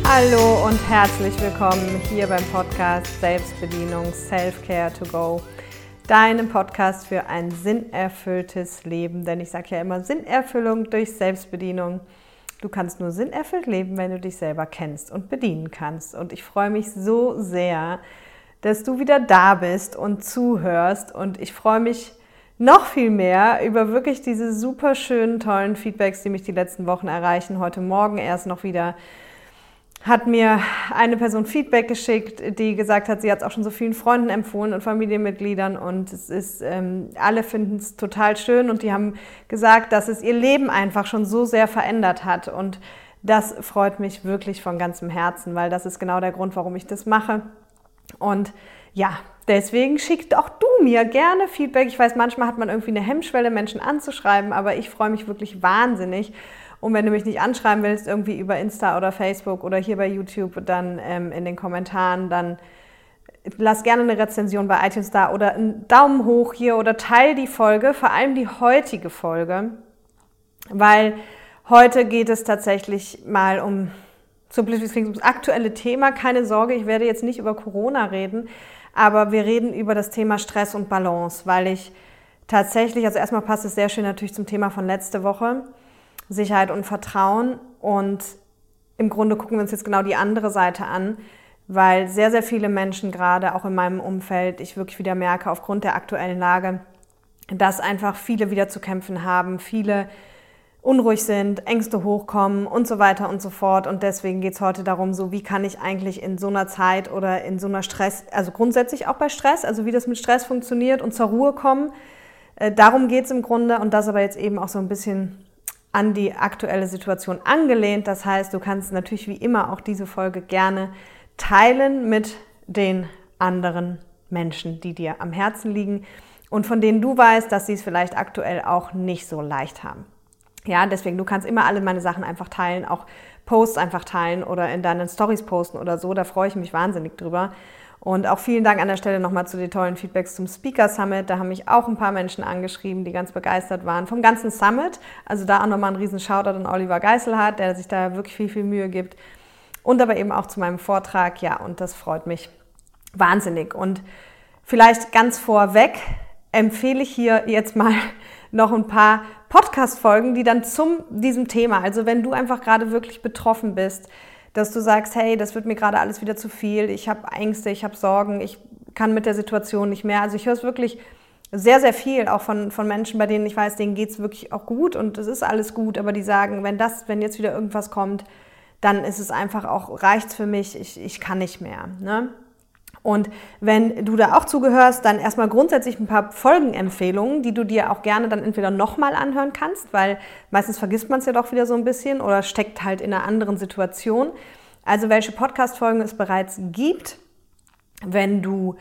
Hallo und herzlich willkommen hier beim Podcast Selbstbedienung Self-Care to Go, deinem Podcast für ein sinnerfülltes Leben. Denn ich sage ja immer, Sinnerfüllung durch Selbstbedienung. Du kannst nur sinnerfüllt leben, wenn du dich selber kennst und bedienen kannst. Und ich freue mich so sehr, dass du wieder da bist und zuhörst. Und ich freue mich noch viel mehr über wirklich diese super schönen, tollen Feedbacks, die mich die letzten Wochen erreichen. Heute Morgen erst noch wieder hat mir eine Person Feedback geschickt, die gesagt hat, sie hat es auch schon so vielen Freunden empfohlen und Familienmitgliedern und es ist, alle finden es total schön und die haben gesagt, dass es ihr Leben einfach schon so sehr verändert hat und das freut mich wirklich von ganzem Herzen, weil das ist genau der Grund, warum ich das mache und ja, deswegen schickt auch du mir gerne Feedback. Ich weiß, manchmal hat man irgendwie eine Hemmschwelle, Menschen anzuschreiben, aber ich freue mich wirklich wahnsinnig. Und wenn du mich nicht anschreiben willst, irgendwie über Insta oder Facebook oder hier bei YouTube, dann in den Kommentaren, dann lass gerne eine Rezension bei iTunes da oder einen Daumen hoch hier oder teil die Folge, vor allem die heutige Folge, weil heute geht es tatsächlich mal ums aktuelle Thema. Keine Sorge, ich werde jetzt nicht über Corona reden, aber wir reden über das Thema Stress und Balance, weil ich tatsächlich, also erstmal passt es sehr schön natürlich zum Thema von letzte Woche, Sicherheit und Vertrauen und im Grunde gucken wir uns jetzt genau die andere Seite an, weil sehr, sehr viele Menschen gerade auch in meinem Umfeld, ich wirklich wieder merke aufgrund der aktuellen Lage, dass einfach viele wieder zu kämpfen haben, viele unruhig sind, Ängste hochkommen und so weiter und so fort und deswegen geht es heute darum, so wie kann ich eigentlich in so einer Zeit oder in so einer Stress, also grundsätzlich auch bei Stress, also wie das mit Stress funktioniert und zur Ruhe kommen, darum geht es im Grunde und das aber jetzt eben auch so ein bisschen an die aktuelle Situation angelehnt. Das heißt, du kannst natürlich wie immer auch diese Folge gerne teilen mit den anderen Menschen, die dir am Herzen liegen und von denen du weißt, dass sie es vielleicht aktuell auch nicht so leicht haben. Ja, deswegen, du kannst immer alle meine Sachen einfach teilen, auch Posts einfach teilen oder in deinen Stories posten oder so, da freue ich mich wahnsinnig drüber. Und auch vielen Dank an der Stelle nochmal zu den tollen Feedbacks zum Speaker Summit. Da haben mich auch ein paar Menschen angeschrieben, die ganz begeistert waren vom ganzen Summit. Also da auch nochmal einen riesen Shoutout an Oliver Geiselhardt, der sich da wirklich viel, viel Mühe gibt. Und aber eben auch zu meinem Vortrag. Ja, und das freut mich wahnsinnig. Und vielleicht ganz vorweg empfehle ich hier jetzt mal noch ein paar Podcast-Folgen, die dann diesem Thema, also wenn du einfach gerade wirklich betroffen bist, dass du sagst, hey, das wird mir gerade alles wieder zu viel, ich habe Ängste, ich habe Sorgen, ich kann mit der Situation nicht mehr. Also ich höre es wirklich sehr, sehr viel, auch von Menschen, bei denen ich weiß, denen geht es wirklich auch gut und es ist alles gut, aber die sagen, wenn jetzt wieder irgendwas kommt, dann ist es einfach auch, reicht's für mich, ich kann nicht mehr, ne? Und wenn du da auch zugehörst, dann erstmal grundsätzlich ein paar Folgenempfehlungen, die du dir auch gerne dann entweder nochmal anhören kannst, weil meistens vergisst man es ja doch wieder so ein bisschen oder steckt halt in einer anderen Situation. Also welche Podcast-Folgen es bereits gibt, wenn du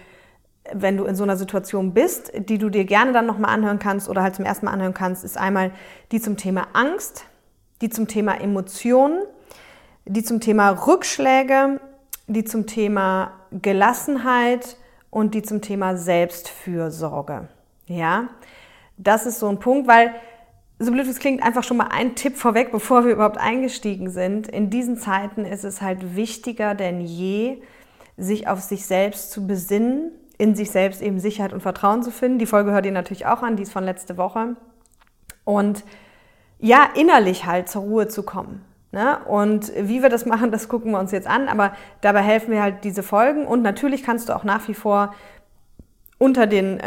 in so einer Situation bist, die du dir gerne dann nochmal anhören kannst oder halt zum ersten Mal anhören kannst, ist einmal die zum Thema Angst, die zum Thema Emotionen, die zum Thema Rückschläge, die zum Thema Gelassenheit und die zum Thema Selbstfürsorge. Ja, das ist so ein Punkt, weil so blöd es klingt, einfach schon mal ein Tipp vorweg, bevor wir überhaupt eingestiegen sind. In diesen Zeiten ist es halt wichtiger denn je, sich auf sich selbst zu besinnen, in sich selbst eben Sicherheit und Vertrauen zu finden. Die Folge hört ihr natürlich auch an, die ist von letzte Woche. Und ja, innerlich halt zur Ruhe zu kommen. Ne? Und wie wir das machen, das gucken wir uns jetzt an, aber dabei helfen mir halt diese Folgen und natürlich kannst du auch nach wie vor unter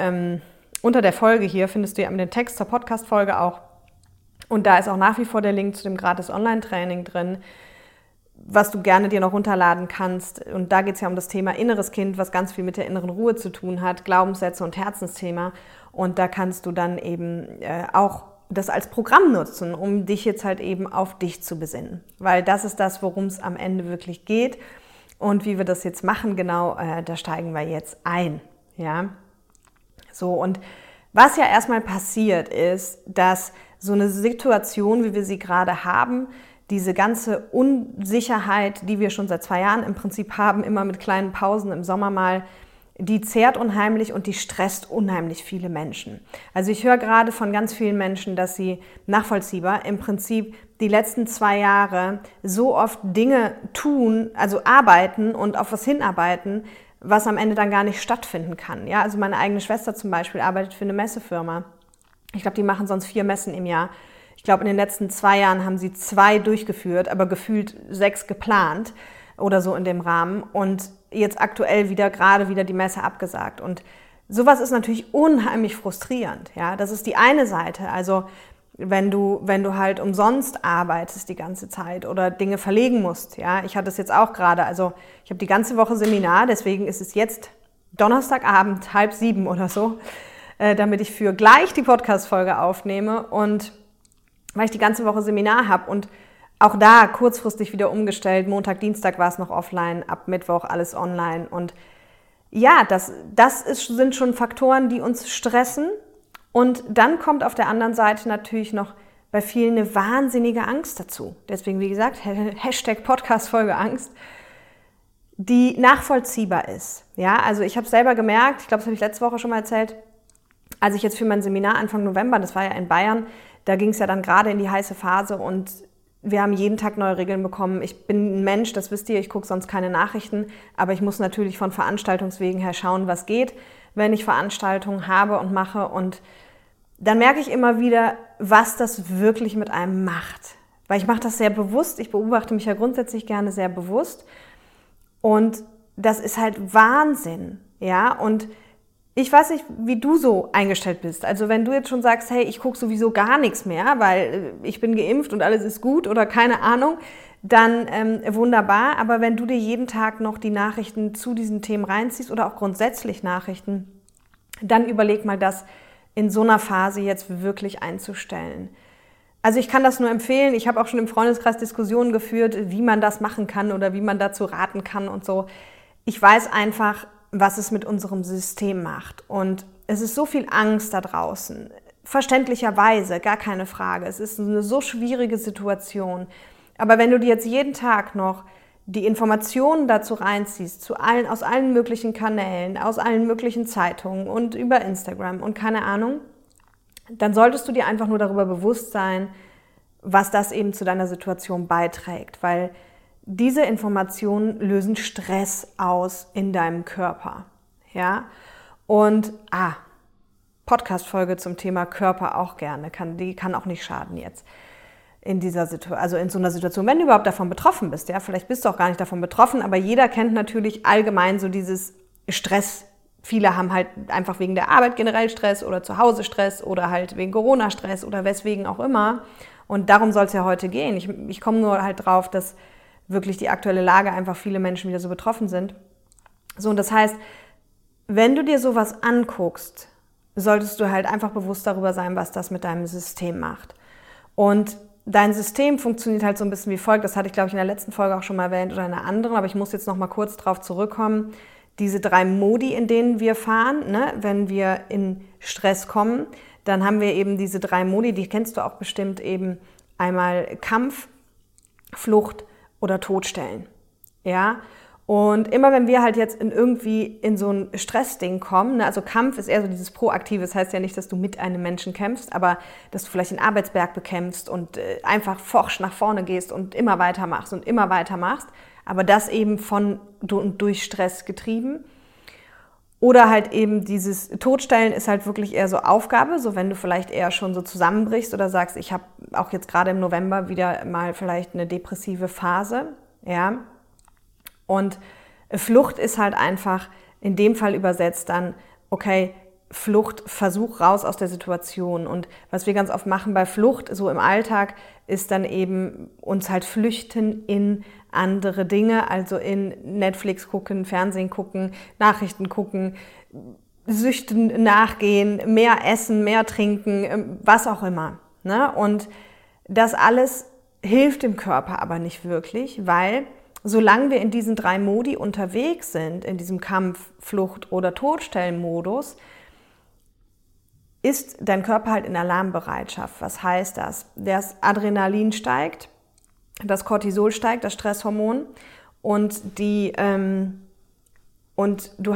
der Folge hier, findest du ja den Text zur Podcast-Folge auch und da ist auch nach wie vor der Link zu dem gratis Online-Training drin, was du gerne dir noch runterladen kannst und da geht es ja um das Thema inneres Kind, was ganz viel mit der inneren Ruhe zu tun hat, Glaubenssätze und Herzensthema und da kannst du dann eben auch das als Programm nutzen, um dich jetzt halt eben auf dich zu besinnen. Weil das ist das, worum es am Ende wirklich geht. Und wie wir das jetzt machen, genau, da steigen wir jetzt ein. Ja? So, und was ja erstmal passiert ist, dass so eine Situation, wie wir sie gerade haben, diese ganze Unsicherheit, die wir schon seit 2 Jahren im Prinzip haben, immer mit kleinen Pausen im Sommer mal, die zehrt unheimlich und die stresst unheimlich viele Menschen. Also ich höre gerade von ganz vielen Menschen, dass sie nachvollziehbar im Prinzip die letzten 2 Jahre so oft Dinge tun, also arbeiten und auf was hinarbeiten, was am Ende dann gar nicht stattfinden kann. Ja, also meine eigene Schwester zum Beispiel arbeitet für eine Messefirma. Ich glaube, die machen sonst 4 Messen im Jahr. Ich glaube, in den letzten 2 Jahren haben sie 2 durchgeführt, aber gefühlt 6 geplant oder so in dem Rahmen. Und jetzt aktuell gerade wieder die Messe abgesagt. Und sowas ist natürlich unheimlich frustrierend. Ja, das ist die eine Seite. Also wenn du halt umsonst arbeitest die ganze Zeit oder Dinge verlegen musst. Ja, ich hatte es jetzt auch gerade. Also ich habe die ganze Woche Seminar, deswegen ist es jetzt Donnerstagabend 6:30 oder so, damit ich für gleich die Podcast-Folge aufnehme und weil ich die ganze Woche Seminar habe und auch da kurzfristig wieder umgestellt. Montag, Dienstag war es noch offline, ab Mittwoch alles online. Und ja, das sind schon Faktoren, die uns stressen. Und dann kommt auf der anderen Seite natürlich noch bei vielen eine wahnsinnige Angst dazu. Deswegen, wie gesagt, Hashtag Podcast-Folge Angst, die nachvollziehbar ist. Ja, also ich habe es selber gemerkt, ich glaube, das habe ich letzte Woche schon mal erzählt, als ich jetzt für mein Seminar Anfang November, das war ja in Bayern, da ging es ja dann gerade in die heiße Phase und wir haben jeden Tag neue Regeln bekommen. Ich bin ein Mensch, das wisst ihr, ich gucke sonst keine Nachrichten, aber ich muss natürlich von Veranstaltungswegen her schauen, was geht, wenn ich Veranstaltungen habe und mache. Und dann merke ich immer wieder, was das wirklich mit einem macht. Weil ich mache das sehr bewusst, ich beobachte mich ja grundsätzlich gerne sehr bewusst und das ist halt Wahnsinn, ja, und ich weiß nicht, wie du so eingestellt bist. Also wenn du jetzt schon sagst, hey, ich gucke sowieso gar nichts mehr, weil ich bin geimpft und alles ist gut oder keine Ahnung, dann wunderbar. Aber wenn du dir jeden Tag noch die Nachrichten zu diesen Themen reinziehst oder auch grundsätzlich Nachrichten, dann überleg mal, das in so einer Phase jetzt wirklich einzustellen. Also ich kann das nur empfehlen. Ich habe auch schon im Freundeskreis Diskussionen geführt, wie man das machen kann oder wie man dazu raten kann und so. Ich weiß einfach, was es mit unserem System macht. Und es ist so viel Angst da draußen. Verständlicherweise, gar keine Frage. Es ist eine so schwierige Situation. Aber wenn du dir jetzt jeden Tag noch die Informationen dazu reinziehst, aus allen möglichen Kanälen, aus allen möglichen Zeitungen und über Instagram und keine Ahnung, dann solltest du dir einfach nur darüber bewusst sein, was das eben zu deiner Situation beiträgt. Weil diese Informationen lösen Stress aus in deinem Körper, ja. Und Podcast-Folge zum Thema Körper auch gerne, die kann auch nicht schaden jetzt in dieser Situation, also in so einer Situation, wenn du überhaupt davon betroffen bist, ja. Vielleicht bist du auch gar nicht davon betroffen, aber jeder kennt natürlich allgemein so dieses Stress. Viele haben halt einfach wegen der Arbeit generell Stress oder zu Hause Stress oder halt wegen Corona Stress oder weswegen auch immer. Und darum soll es ja heute gehen. Ich komme nur halt drauf, dass wirklich die aktuelle Lage einfach viele Menschen wieder so betroffen sind. So, und das heißt, wenn du dir sowas anguckst, solltest du halt einfach bewusst darüber sein, was das mit deinem System macht. Und dein System funktioniert halt so ein bisschen wie folgt. Das hatte ich, glaube ich, in der letzten Folge auch schon mal erwähnt oder in einer anderen, aber ich muss jetzt noch mal kurz drauf zurückkommen. Diese 3 Modi, in denen wir fahren, ne? Wenn wir in Stress kommen, dann haben wir eben diese 3 Modi, die kennst du auch bestimmt eben einmal Kampf, Flucht oder Todstellen, ja. Und immer wenn wir halt jetzt irgendwie in so ein Stressding kommen, ne, also Kampf ist eher so dieses Proaktive, das heißt ja nicht, dass du mit einem Menschen kämpfst, aber dass du vielleicht den Arbeitsberg bekämpfst und einfach forsch nach vorne gehst und immer weitermachst, aber das eben von und durch Stress getrieben. Oder halt eben dieses Todstellen ist halt wirklich eher so Aufgabe, so wenn du vielleicht eher schon so zusammenbrichst oder sagst, ich habe auch jetzt gerade im November wieder mal vielleicht eine depressive Phase, ja. Und Flucht ist halt einfach in dem Fall übersetzt dann, okay, Flucht, Versuch raus aus der Situation. Und was wir ganz oft machen bei Flucht, so im Alltag, ist dann eben uns halt flüchten in andere Dinge, also in Netflix gucken, Fernsehen gucken, Nachrichten gucken, Süchten nachgehen, mehr essen, mehr trinken, was auch immer, ne? Und das alles hilft dem Körper aber nicht wirklich, weil solange wir in diesen 3 Modi unterwegs sind, in diesem Kampf-, Flucht- oder Todstellenmodus, ist dein Körper halt in Alarmbereitschaft. Was heißt das? Das Adrenalin steigt, das Cortisol steigt, das Stresshormon, und die Und du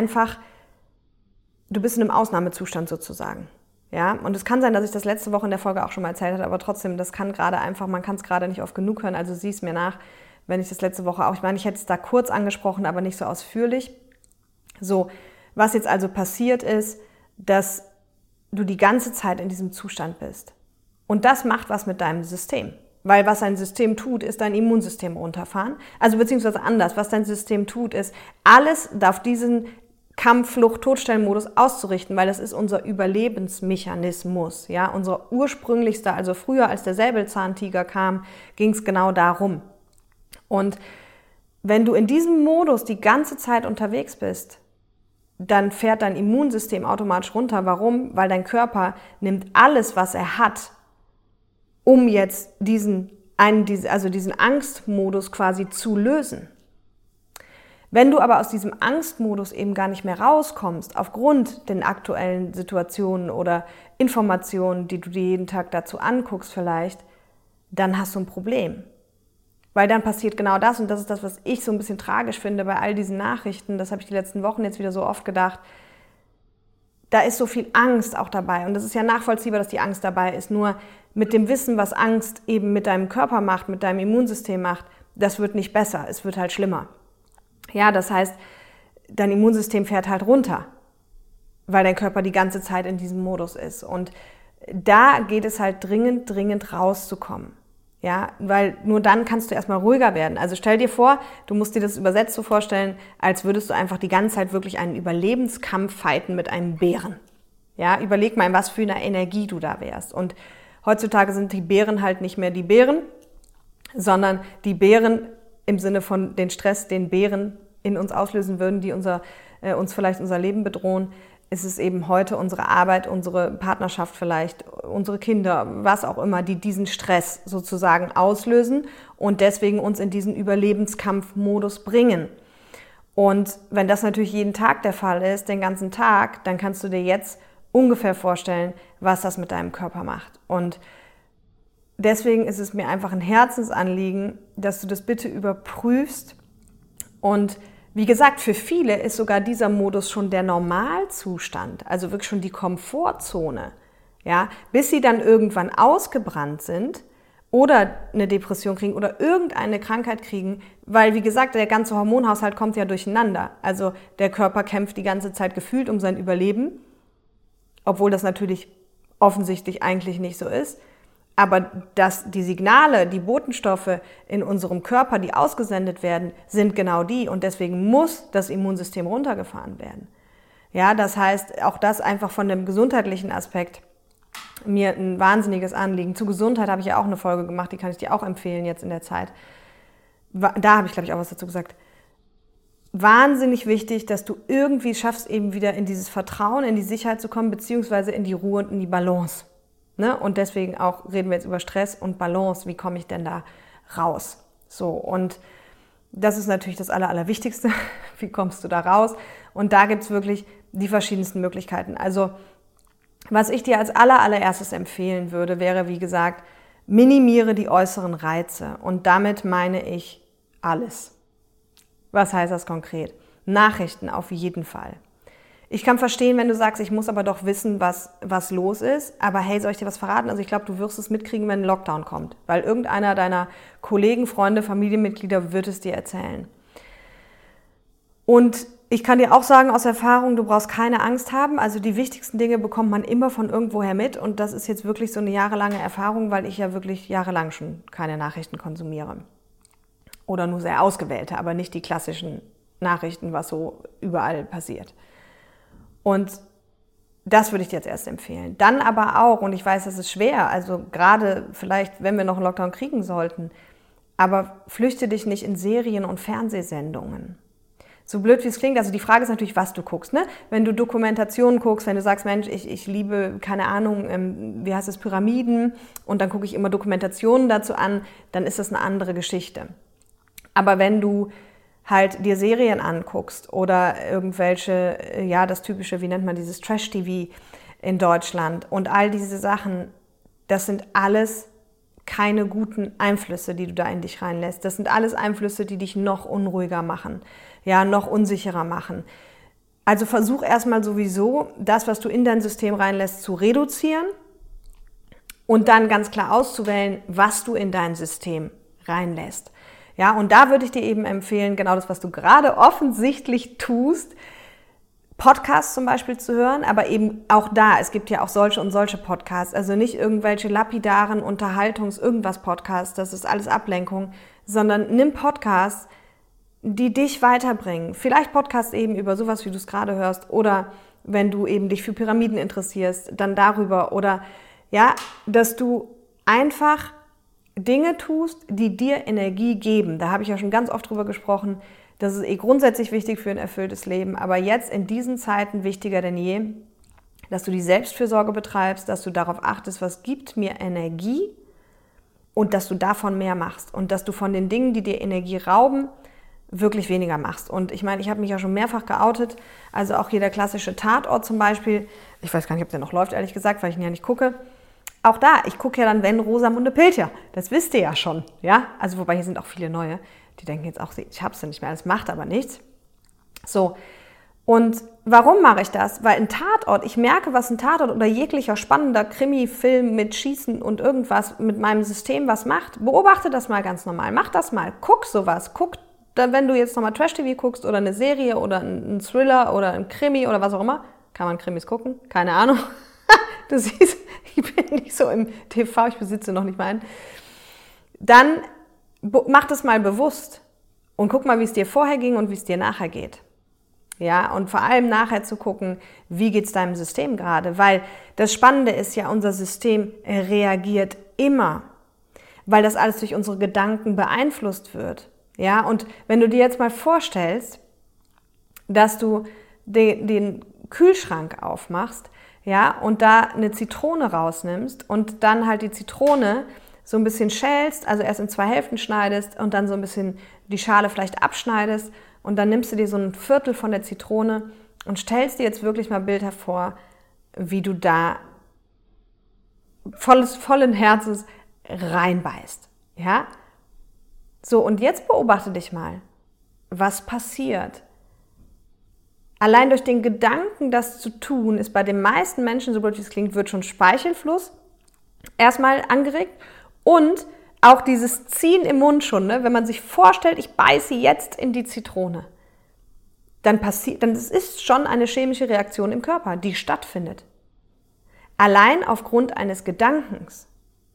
bist in einem Ausnahmezustand sozusagen. Ja, und es kann sein, dass ich das letzte Woche in der Folge auch schon mal erzählt habe, aber trotzdem, das kann gerade einfach, man kann es gerade nicht oft genug hören, also sieh es mir nach, wenn ich das letzte Woche auch, ich meine, ich hätte es da kurz angesprochen, aber nicht so ausführlich. So, was jetzt also passiert ist, dass du die ganze Zeit in diesem Zustand bist. Und das macht was mit deinem System. Weil was dein System tut, ist dein Immunsystem runterfahren. Also beziehungsweise anders, was dein System tut, ist alles auf diesen Kampf, Flucht, Todstellenmodus auszurichten, weil das ist unser Überlebensmechanismus. Ja? Unser ursprünglichster, also früher als der Säbelzahntiger kam, ging es genau darum. Und wenn du in diesem Modus die ganze Zeit unterwegs bist, dann fährt dein Immunsystem automatisch runter. Warum? Weil dein Körper nimmt alles, was er hat, um jetzt diesen Angstmodus quasi zu lösen. Wenn du aber aus diesem Angstmodus eben gar nicht mehr rauskommst, aufgrund den aktuellen Situationen oder Informationen, die du dir jeden Tag dazu anguckst vielleicht, dann hast du ein Problem. Weil dann passiert genau das, und das ist das, was ich so ein bisschen tragisch finde bei all diesen Nachrichten, das habe ich die letzten Wochen jetzt wieder so oft gedacht, da ist so viel Angst auch dabei. Und das ist ja nachvollziehbar, dass die Angst dabei ist. Nur mit dem Wissen, was Angst eben mit deinem Körper macht, mit deinem Immunsystem macht, das wird nicht besser, es wird halt schlimmer. Ja, das heißt, dein Immunsystem fährt halt runter, weil dein Körper die ganze Zeit in diesem Modus ist. Und da geht es halt dringend rauszukommen. Ja, weil nur dann kannst du erstmal ruhiger werden. Also stell dir vor, du musst dir das übersetzt so vorstellen, als würdest du einfach die ganze Zeit wirklich einen Überlebenskampf fighten mit einem Bären. Ja, überleg mal, in was für einer Energie du da wärst. Und heutzutage sind die Bären halt nicht mehr die Bären, sondern die Bären im Sinne von den Stress, den Bären in uns auslösen würden, die uns vielleicht unser Leben bedrohen, ist es eben heute unsere Arbeit, unsere Partnerschaft vielleicht, unsere Kinder, was auch immer, die diesen Stress sozusagen auslösen und deswegen uns in diesen Überlebenskampfmodus bringen. Und wenn das natürlich jeden Tag der Fall ist, den ganzen Tag, dann kannst du dir jetzt ungefähr vorstellen, was das mit deinem Körper macht. Und deswegen ist es mir einfach ein Herzensanliegen, dass du das bitte überprüfst. Und wie gesagt, für viele ist sogar dieser Modus schon der Normalzustand, also wirklich schon die Komfortzone, ja, bis sie dann irgendwann ausgebrannt sind oder eine Depression kriegen oder irgendeine Krankheit kriegen, weil, wie gesagt, der ganze Hormonhaushalt kommt ja durcheinander. Also der Körper kämpft die ganze Zeit gefühlt um sein Überleben, obwohl das natürlich offensichtlich eigentlich nicht so ist. Aber die Signale, die Botenstoffe in unserem Körper, die ausgesendet werden, sind genau die. Und deswegen muss das Immunsystem runtergefahren werden. Ja, das heißt, auch das einfach von dem gesundheitlichen Aspekt mir ein wahnsinniges Anliegen. Zu Gesundheit habe ich ja auch eine Folge gemacht, die kann ich dir auch empfehlen jetzt in der Zeit. Da habe ich, glaube ich, auch was dazu gesagt. Wahnsinnig wichtig, dass du irgendwie schaffst, eben wieder in dieses Vertrauen, in die Sicherheit zu kommen, beziehungsweise in die Ruhe und in die Balance. Ne? Und deswegen auch reden wir jetzt über Stress und Balance. Wie komme ich denn da raus? So, und das ist natürlich das Allerwichtigste. Wie kommst du da raus? Und da gibt es wirklich die verschiedensten Möglichkeiten. Also, was ich dir als allererstes empfehlen würde, wäre, wie gesagt, minimiere die äußeren Reize. Und damit meine ich alles. Was heißt das konkret? Nachrichten auf jeden Fall. Ich kann verstehen, wenn du sagst, ich muss aber doch wissen, was los ist. Aber hey, soll ich dir was verraten? Also ich glaube, du wirst es mitkriegen, wenn ein Lockdown kommt. Weil irgendeiner deiner Kollegen, Freunde, Familienmitglieder wird es dir erzählen. Und ich kann dir auch sagen aus Erfahrung, du brauchst keine Angst haben. Also die wichtigsten Dinge bekommt man immer von irgendwoher mit. Und das ist jetzt wirklich so eine jahrelange Erfahrung, weil ich ja wirklich jahrelang schon keine Nachrichten konsumiere. Oder nur sehr ausgewählte, aber nicht die klassischen Nachrichten, was so überall passiert. Und das würde ich dir jetzt erst empfehlen. Dann aber auch, und ich weiß, das ist schwer, also gerade vielleicht, wenn wir noch einen Lockdown kriegen sollten, aber flüchte dich nicht in Serien und Fernsehsendungen. So blöd wie es klingt, also die Frage ist natürlich, was du guckst. Ne? Wenn du Dokumentationen guckst, wenn du sagst, Mensch, ich liebe, keine Ahnung, wie heißt es, Pyramiden, und dann gucke ich immer Dokumentationen dazu an, dann ist das eine andere Geschichte. Aber wenn du halt dir Serien anguckst oder irgendwelche, ja, das typische, wie nennt man dieses Trash-TV in Deutschland und all diese Sachen, das sind alles keine guten Einflüsse, die du da in dich reinlässt. Das sind alles Einflüsse, die dich noch unruhiger machen, ja, noch unsicherer machen. Also versuch erstmal sowieso, das, was du in dein System reinlässt, zu reduzieren und dann ganz klar auszuwählen, was du in dein System reinlässt. Ja, und da würde ich dir eben empfehlen, genau das, was du gerade offensichtlich tust, Podcasts zum Beispiel zu hören, aber eben auch da, es gibt ja auch solche und solche Podcasts, also nicht irgendwelche lapidaren Unterhaltungs-Irgendwas-Podcasts, das ist alles Ablenkung, sondern nimm Podcasts, die dich weiterbringen. Vielleicht Podcasts eben über sowas, wie du es gerade hörst, oder wenn du eben dich für Pyramiden interessierst, dann darüber, oder ja, dass du einfach Dinge tust, die dir Energie geben. Da habe ich ja schon ganz oft drüber gesprochen. Das ist grundsätzlich wichtig für ein erfülltes Leben, aber jetzt in diesen Zeiten wichtiger denn je, dass du die Selbstfürsorge betreibst, dass du darauf achtest, was gibt mir Energie und dass du davon mehr machst und dass du von den Dingen, die dir Energie rauben, wirklich weniger machst. Und ich meine, ich habe mich ja schon mehrfach geoutet, also auch hier der klassische Tatort zum Beispiel, ich weiß gar nicht, ob der noch läuft, ehrlich gesagt, weil ich ihn ja nicht gucke. Auch da, ich gucke ja dann, wenn Rosamunde Pilcher, das wisst ihr ja schon, ja, also wobei hier sind auch viele neue, die denken jetzt auch, ich habe es ja nicht mehr, das macht aber nichts. So, und warum mache ich das? Weil ein Tatort, ich merke, was ein Tatort oder jeglicher spannender Krimi-Film mit Schießen und irgendwas mit meinem System was macht. Beobachte das mal ganz normal, mach das mal, guck sowas, guck, wenn du jetzt nochmal Trash-TV guckst oder eine Serie oder einen Thriller oder ein Krimi oder was auch immer, kann man Krimis gucken? Keine Ahnung. Du siehst, ich bin nicht so im TV, ich besitze noch nicht mal einen. Dann mach das mal bewusst und guck mal, wie es dir vorher ging und wie es dir nachher geht. Ja, und vor allem nachher zu gucken, wie geht es deinem System gerade, weil das Spannende ist ja, unser System reagiert immer, weil das alles durch unsere Gedanken beeinflusst wird. Ja, und wenn du dir jetzt mal vorstellst, dass du den Kühlschrank aufmachst, ja, und da eine Zitrone rausnimmst und dann halt die Zitrone so ein bisschen schälst, also erst in 2 Hälften schneidest und dann so ein bisschen die Schale vielleicht abschneidest und dann nimmst du dir so ein Viertel von der Zitrone und stellst dir jetzt wirklich mal bildhaft vor, wie du da vollen Herzens reinbeißt, ja. So, und jetzt beobachte dich mal, was passiert. Allein durch den Gedanken, das zu tun, ist bei den meisten Menschen, so blöd wie es klingt, wird schon Speichelfluss erstmal angeregt und auch dieses Ziehen im Mund schon, ne? Wenn man sich vorstellt, ich beiße jetzt in die Zitrone, dann es ist schon eine chemische Reaktion im Körper, die stattfindet. Allein aufgrund eines Gedankens.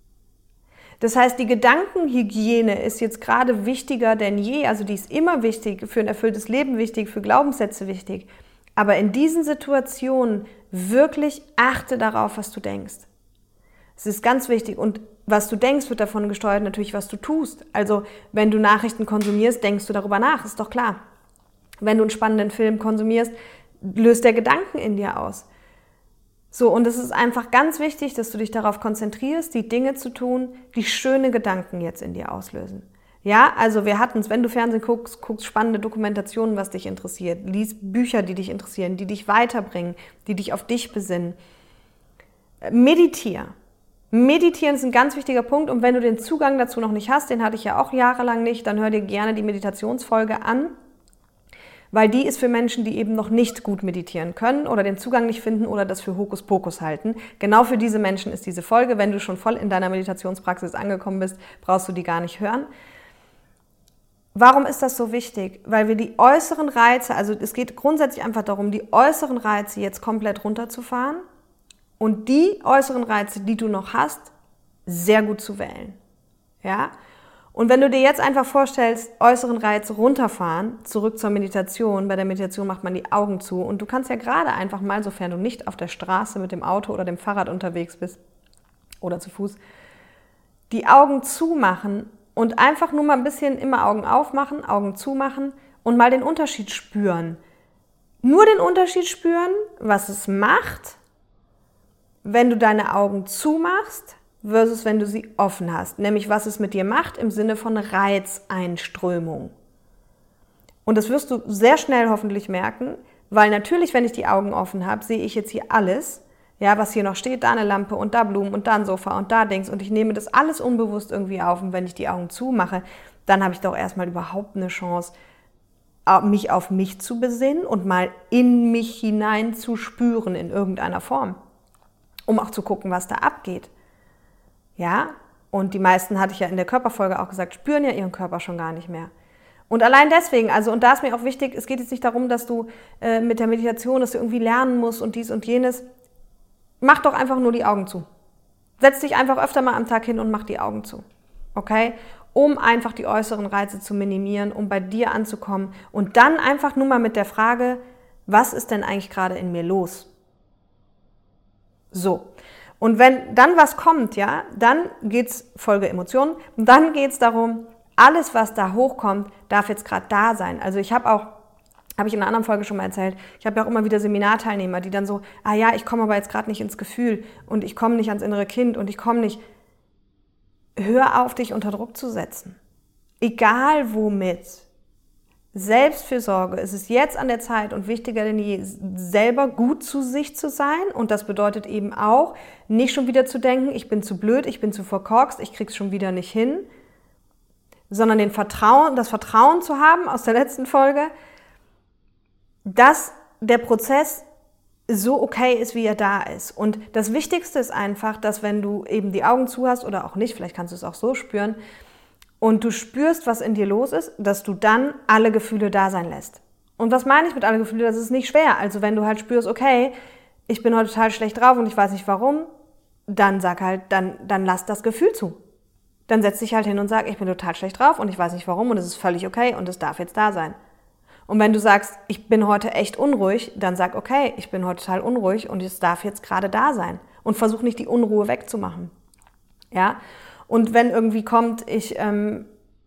Das heißt, die Gedankenhygiene ist jetzt gerade wichtiger denn je, also die ist immer wichtig, für ein erfülltes Leben wichtig, für Glaubenssätze wichtig. Aber in diesen Situationen wirklich achte darauf, was du denkst. Es ist ganz wichtig und was du denkst, wird davon gesteuert natürlich, was du tust. Also wenn du Nachrichten konsumierst, denkst du darüber nach, ist doch klar. Wenn du einen spannenden Film konsumierst, löst der Gedanken in dir aus. So, und es ist einfach ganz wichtig, dass du dich darauf konzentrierst, die Dinge zu tun, die schöne Gedanken jetzt in dir auslösen. Ja, also wir hatten es, wenn du Fernsehen guckst spannende Dokumentationen, was dich interessiert, lies Bücher, die dich interessieren, die dich weiterbringen, die dich auf dich besinnen. Meditieren ist ein ganz wichtiger Punkt und wenn du den Zugang dazu noch nicht hast, den hatte ich ja auch jahrelang nicht, dann hör dir gerne die Meditationsfolge an. Weil die ist für Menschen, die eben noch nicht gut meditieren können oder den Zugang nicht finden oder das für Hokuspokus halten. Genau für diese Menschen ist diese Folge. Wenn du schon voll in deiner Meditationspraxis angekommen bist, brauchst du die gar nicht hören. Warum ist das so wichtig? Weil wir die äußeren Reize, also es geht grundsätzlich einfach darum, die äußeren Reize jetzt komplett runterzufahren und die äußeren Reize, die du noch hast, sehr gut zu wählen. Ja? Und wenn du dir jetzt einfach vorstellst, äußeren Reiz runterfahren, zurück zur Meditation, bei der Meditation macht man die Augen zu und du kannst ja gerade einfach mal, sofern du nicht auf der Straße mit dem Auto oder dem Fahrrad unterwegs bist oder zu Fuß, die Augen zumachen und einfach nur mal ein bisschen immer Augen aufmachen, Augen zumachen und mal den Unterschied spüren. Nur den Unterschied spüren, was es macht, wenn du deine Augen zumachst, versus wenn du sie offen hast, nämlich was es mit dir macht im Sinne von Reizeinströmung. Und das wirst du sehr schnell hoffentlich merken, weil natürlich, wenn ich die Augen offen habe, sehe ich jetzt hier alles, Ja, was hier noch steht, da eine Lampe und da Blumen und da ein Sofa und da Dings und ich nehme das alles unbewusst irgendwie auf und wenn ich die Augen zumache, dann habe ich doch erstmal überhaupt eine Chance, mich auf mich zu besinnen und mal in mich hinein zu spüren in irgendeiner Form, um auch zu gucken, was da abgeht. Ja, und die meisten, hatte ich ja in der Körperfolge auch gesagt, spüren ja ihren Körper schon gar nicht mehr. Und allein deswegen, also und da ist mir auch wichtig, es geht jetzt nicht darum, dass du mit der Meditation, dass du irgendwie lernen musst und dies und jenes. Mach doch einfach nur die Augen zu. Setz dich einfach öfter mal am Tag hin und mach die Augen zu. Okay? Um einfach die äußeren Reize zu minimieren, um bei dir anzukommen und dann einfach nur mal mit der Frage, was ist denn eigentlich gerade in mir los? So. Und wenn dann was kommt, ja, dann geht's Folge Emotionen, und dann geht's darum, alles, was da hochkommt, darf jetzt gerade da sein. Also ich habe ich in einer anderen Folge schon mal erzählt, ich habe ja auch immer wieder Seminarteilnehmer, die dann so, ich komme aber jetzt gerade nicht ins Gefühl und ich komme nicht ans innere Kind und ich komme nicht. Hör auf, dich unter Druck zu setzen. Egal womit. Selbstfürsorge ist es jetzt an der Zeit und wichtiger denn je, selber gut zu sich zu sein. Und das bedeutet eben auch, nicht schon wieder zu denken, ich bin zu blöd, ich bin zu verkorkst, ich krieg's schon wieder nicht hin, sondern das Vertrauen zu haben aus der letzten Folge, dass der Prozess so okay ist, wie er da ist. Und das Wichtigste ist einfach, dass wenn du eben die Augen zu hast oder auch nicht, vielleicht kannst du es auch so spüren, und du spürst, was in dir los ist, dass du dann alle Gefühle da sein lässt. Und was meine ich mit alle Gefühle? Das ist nicht schwer. Also wenn du halt spürst, okay, ich bin heute total schlecht drauf und ich weiß nicht warum, dann sag halt, dann lass das Gefühl zu. Dann setz dich halt hin und sag, ich bin total schlecht drauf und ich weiß nicht warum und es ist völlig okay und es darf jetzt da sein. Und wenn du sagst, ich bin heute echt unruhig, dann sag, okay, ich bin heute total unruhig und es darf jetzt gerade da sein. Und versuch nicht die Unruhe wegzumachen. Ja? Und wenn irgendwie kommt, ich bin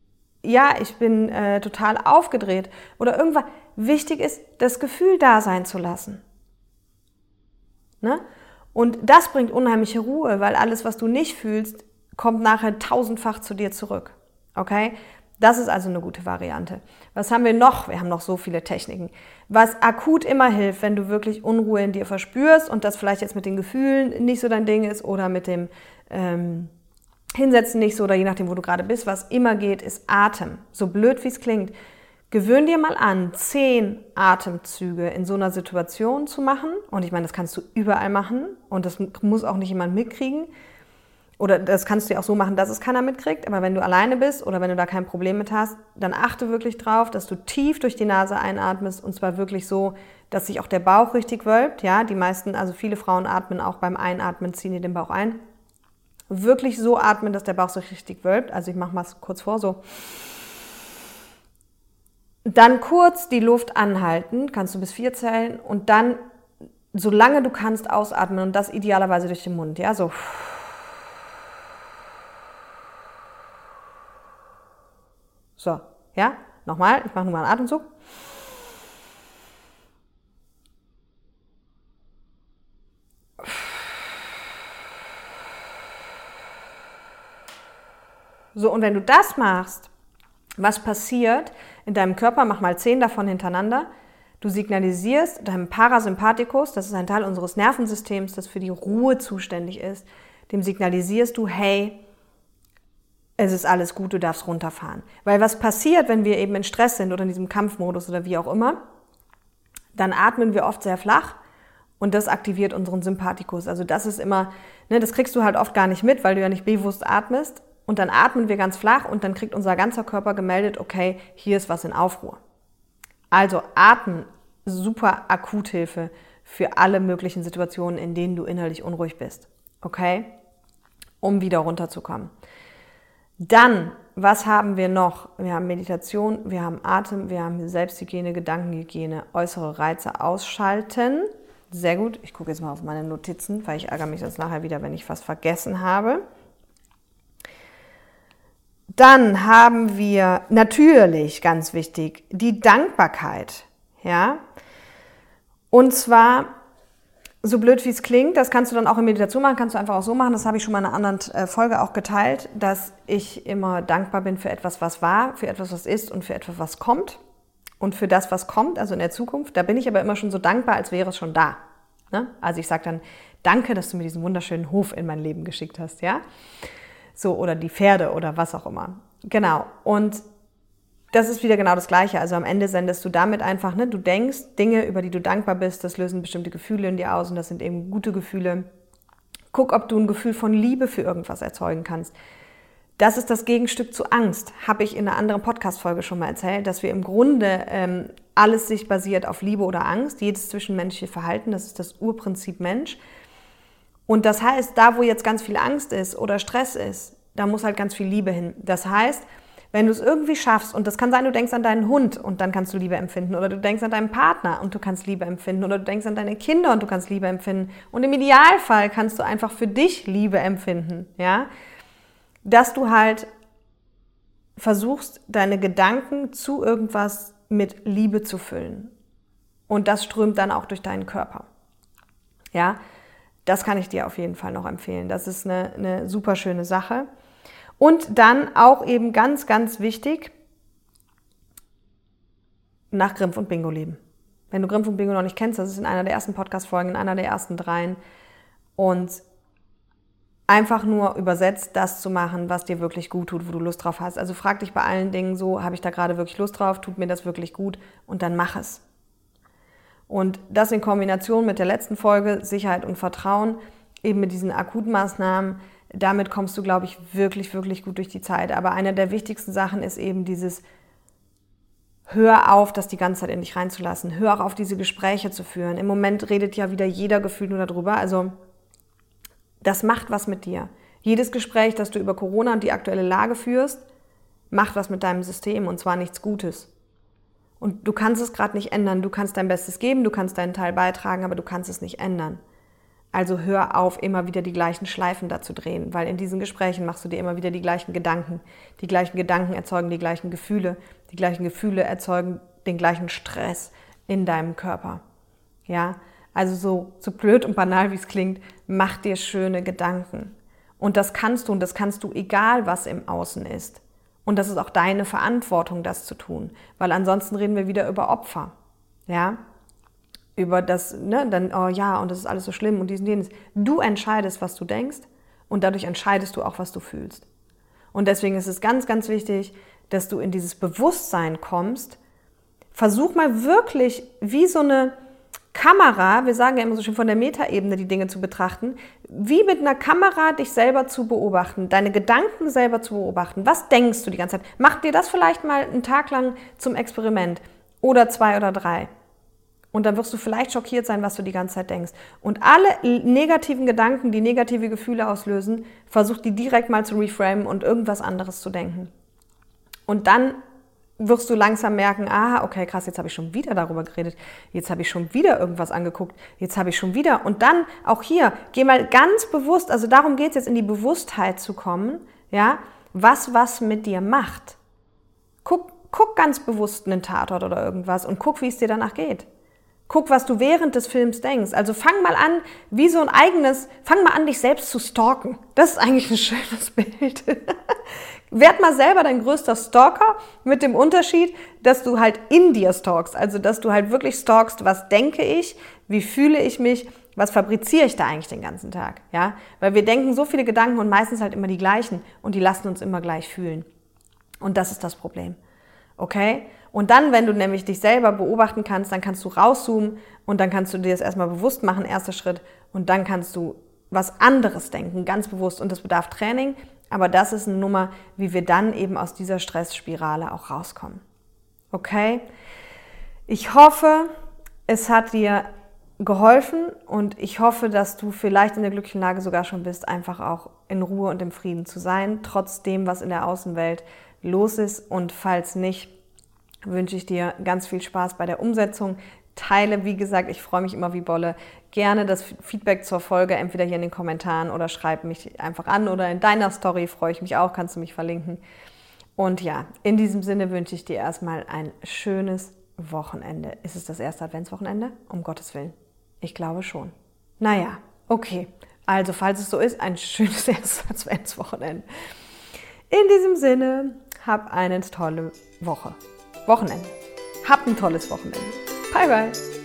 total aufgedreht oder irgendwas, wichtig ist, das Gefühl da sein zu lassen. Ne? Und das bringt unheimliche Ruhe, weil alles, was du nicht fühlst, kommt nachher tausendfach zu dir zurück. Okay? Das ist also eine gute Variante. Was haben wir noch? Wir haben noch so viele Techniken. Was akut immer hilft, wenn du wirklich Unruhe in dir verspürst und das vielleicht jetzt mit den Gefühlen nicht so dein Ding ist oder mit dem Hinsetzen nicht so oder je nachdem, wo du gerade bist, was immer geht, ist Atem. So blöd, wie es klingt. Gewöhn dir mal an, 10 Atemzüge in so einer Situation zu machen. Und ich meine, das kannst du überall machen und das muss auch nicht jemand mitkriegen. Oder das kannst du ja auch so machen, dass es keiner mitkriegt. Aber wenn du alleine bist oder wenn du da kein Problem mit hast, dann achte wirklich drauf, dass du tief durch die Nase einatmest. Und zwar wirklich so, dass sich auch der Bauch richtig wölbt. Ja, die meisten, also viele Frauen atmen auch beim Einatmen, ziehen die den Bauch ein. Wirklich so atmen, dass der Bauch sich richtig wölbt. Also ich mache mal kurz vor, so. Dann kurz die Luft anhalten, kannst du bis 4 zählen und dann, solange du kannst, ausatmen und das idealerweise durch den Mund. Ja, so. So, ja, nochmal, ich mache nur mal einen Atemzug. So, und wenn du das machst, was passiert in deinem Körper, mach mal 10 davon hintereinander, du signalisierst deinem Parasympathikus, das ist ein Teil unseres Nervensystems, das für die Ruhe zuständig ist, dem signalisierst du, hey, es ist alles gut, du darfst runterfahren. Weil was passiert, wenn wir eben in Stress sind oder in diesem Kampfmodus oder wie auch immer, dann atmen wir oft sehr flach und das aktiviert unseren Sympathikus. Also das ist immer, das kriegst du halt oft gar nicht mit, weil du ja nicht bewusst atmest. Und dann atmen wir ganz flach und dann kriegt unser ganzer Körper gemeldet, okay, hier ist was in Aufruhr. Also Atmen, super Akuthilfe für alle möglichen Situationen, in denen du innerlich unruhig bist. Okay? Um wieder runterzukommen. Dann, was haben wir noch? Wir haben Meditation, wir haben Atem, wir haben Selbsthygiene, Gedankenhygiene, äußere Reize ausschalten. Sehr gut. Ich gucke jetzt mal auf meine Notizen, weil ich ärgere mich jetzt nachher wieder, wenn ich was vergessen habe. Dann haben wir natürlich, ganz wichtig, die Dankbarkeit. Ja? Und zwar, so blöd wie es klingt, das kannst du dann auch in Meditation machen, kannst du einfach auch so machen, das habe ich schon mal in einer anderen Folge auch geteilt, dass ich immer dankbar bin für etwas, was war, für etwas, was ist und für etwas, was kommt. Und für das, was kommt, also in der Zukunft, da bin ich aber immer schon so dankbar, als wäre es schon da. Ne? Also ich sage dann, danke, dass du mir diesen wunderschönen Hof in mein Leben geschickt hast, ja? So, oder die Pferde oder was auch immer. Genau. Und das ist wieder genau das Gleiche. Also am Ende sendest du damit einfach, ne, du denkst Dinge, über die du dankbar bist, das lösen bestimmte Gefühle in dir aus und das sind eben gute Gefühle. Guck, ob du ein Gefühl von Liebe für irgendwas erzeugen kannst. Das ist das Gegenstück zu Angst. Habe ich in einer anderen Podcast-Folge schon mal erzählt, dass wir im Grunde alles sich basiert auf Liebe oder Angst. Jedes zwischenmenschliche Verhalten, das ist das Urprinzip Mensch. Und das heißt, da wo jetzt ganz viel Angst ist oder Stress ist, da muss halt ganz viel Liebe hin. Das heißt, wenn du es irgendwie schaffst, und das kann sein, du denkst an deinen Hund und dann kannst du Liebe empfinden, oder du denkst an deinen Partner und du kannst Liebe empfinden, oder du denkst an deine Kinder und du kannst Liebe empfinden. Und im Idealfall kannst du einfach für dich Liebe empfinden, ja? Dass du halt versuchst, deine Gedanken zu irgendwas mit Liebe zu füllen. Und das strömt dann auch durch deinen Körper. Ja, das kann ich dir auf jeden Fall noch empfehlen. Das ist eine super schöne Sache. Und dann auch eben ganz, ganz wichtig, nach Grimpf und Bingo leben. Wenn du Grimpf und Bingo noch nicht kennst, das ist in einer der ersten Podcast-Folgen, in einer der ersten 3. Und einfach nur übersetzt, das zu machen, was dir wirklich gut tut, wo du Lust drauf hast. Also frag dich bei allen Dingen so, habe ich da gerade wirklich Lust drauf, tut mir das wirklich gut? Und dann mach es. Und das in Kombination mit der letzten Folge, Sicherheit und Vertrauen, eben mit diesen Akutmaßnahmen, damit kommst du, glaube ich, wirklich, wirklich gut durch die Zeit. Aber eine der wichtigsten Sachen ist eben dieses, hör auf, das die ganze Zeit in dich reinzulassen. Hör auch auf, diese Gespräche zu führen. Im Moment redet ja wieder jeder gefühlt nur darüber. Also das macht was mit dir. Jedes Gespräch, das du über Corona und die aktuelle Lage führst, macht was mit deinem System und zwar nichts Gutes. Und du kannst es gerade nicht ändern. Du kannst dein Bestes geben, du kannst deinen Teil beitragen, aber du kannst es nicht ändern. Also hör auf, immer wieder die gleichen Schleifen da zu drehen, weil in diesen Gesprächen machst du dir immer wieder die gleichen Gedanken. Die gleichen Gedanken erzeugen die gleichen Gefühle. Die gleichen Gefühle erzeugen den gleichen Stress in deinem Körper. Ja, also so blöd und banal wie es klingt, mach dir schöne Gedanken. Und das kannst du egal was im Außen ist. Und das ist auch deine Verantwortung, das zu tun, weil ansonsten reden wir wieder über Opfer. Ja, über das, ne, dann, oh ja, und das ist alles so schlimm und dies und jenes. Du entscheidest, was du denkst und dadurch entscheidest du auch, was du fühlst. Und deswegen ist es ganz, ganz wichtig, dass du in dieses Bewusstsein kommst. Versuch mal wirklich wie so eine Kamera, wir sagen ja immer so schön von der Metaebene die Dinge zu betrachten, wie mit einer Kamera dich selber zu beobachten, deine Gedanken selber zu beobachten. Was denkst du die ganze Zeit? Mach dir das vielleicht mal einen Tag lang zum Experiment oder 2 oder 3. Und dann wirst du vielleicht schockiert sein, was du die ganze Zeit denkst. Und alle negativen Gedanken, die negative Gefühle auslösen, versuch die direkt mal zu reframen und irgendwas anderes zu denken. Und dann wirst du langsam merken, aha, okay, krass, jetzt habe ich schon wieder darüber geredet, jetzt habe ich schon wieder irgendwas angeguckt, jetzt habe ich schon wieder. Und dann auch hier, geh mal ganz bewusst, also darum geht es jetzt, in die Bewusstheit zu kommen, ja, was mit dir macht. Guck ganz bewusst einen Tatort oder irgendwas und guck, wie es dir danach geht. Guck, was du während des Films denkst. Also fang mal an, fang mal an, dich selbst zu stalken. Das ist eigentlich ein schönes Bild. Werd mal selber dein größter Stalker mit dem Unterschied, dass du halt in dir stalkst. Also, dass du halt wirklich stalkst, was denke ich, wie fühle ich mich, was fabriziere ich da eigentlich den ganzen Tag. Ja? Weil wir denken so viele Gedanken und meistens halt immer die gleichen und die lassen uns immer gleich fühlen. Und das ist das Problem. Okay? Und dann, wenn du nämlich dich selber beobachten kannst, dann kannst du rauszoomen und dann kannst du dir das erstmal bewusst machen, erster Schritt. Und dann kannst du was anderes denken, ganz bewusst. Und das bedarf Training, aber das ist eine Nummer, wie wir dann eben aus dieser Stressspirale auch rauskommen. Okay? Ich hoffe, es hat dir geholfen und ich hoffe, dass du vielleicht in der glücklichen Lage sogar schon bist, einfach auch in Ruhe und im Frieden zu sein, trotz dem, was in der Außenwelt los ist. Und falls nicht, wünsche ich dir ganz viel Spaß bei der Umsetzung. Teile, wie gesagt, ich freue mich immer wie Bolle, gerne das Feedback zur Folge, entweder hier in den Kommentaren oder schreib mich einfach an oder in deiner Story, freue ich mich auch, kannst du mich verlinken. Und ja, in diesem Sinne wünsche ich dir erstmal ein schönes Wochenende. Ist es das erste Adventswochenende? Um Gottes Willen. Ich glaube schon. Naja, okay. Also, falls es so ist, ein schönes erstes Adventswochenende. In diesem Sinne, hab eine tolle Wochenende. Hab ein tolles Wochenende. Bye, bye.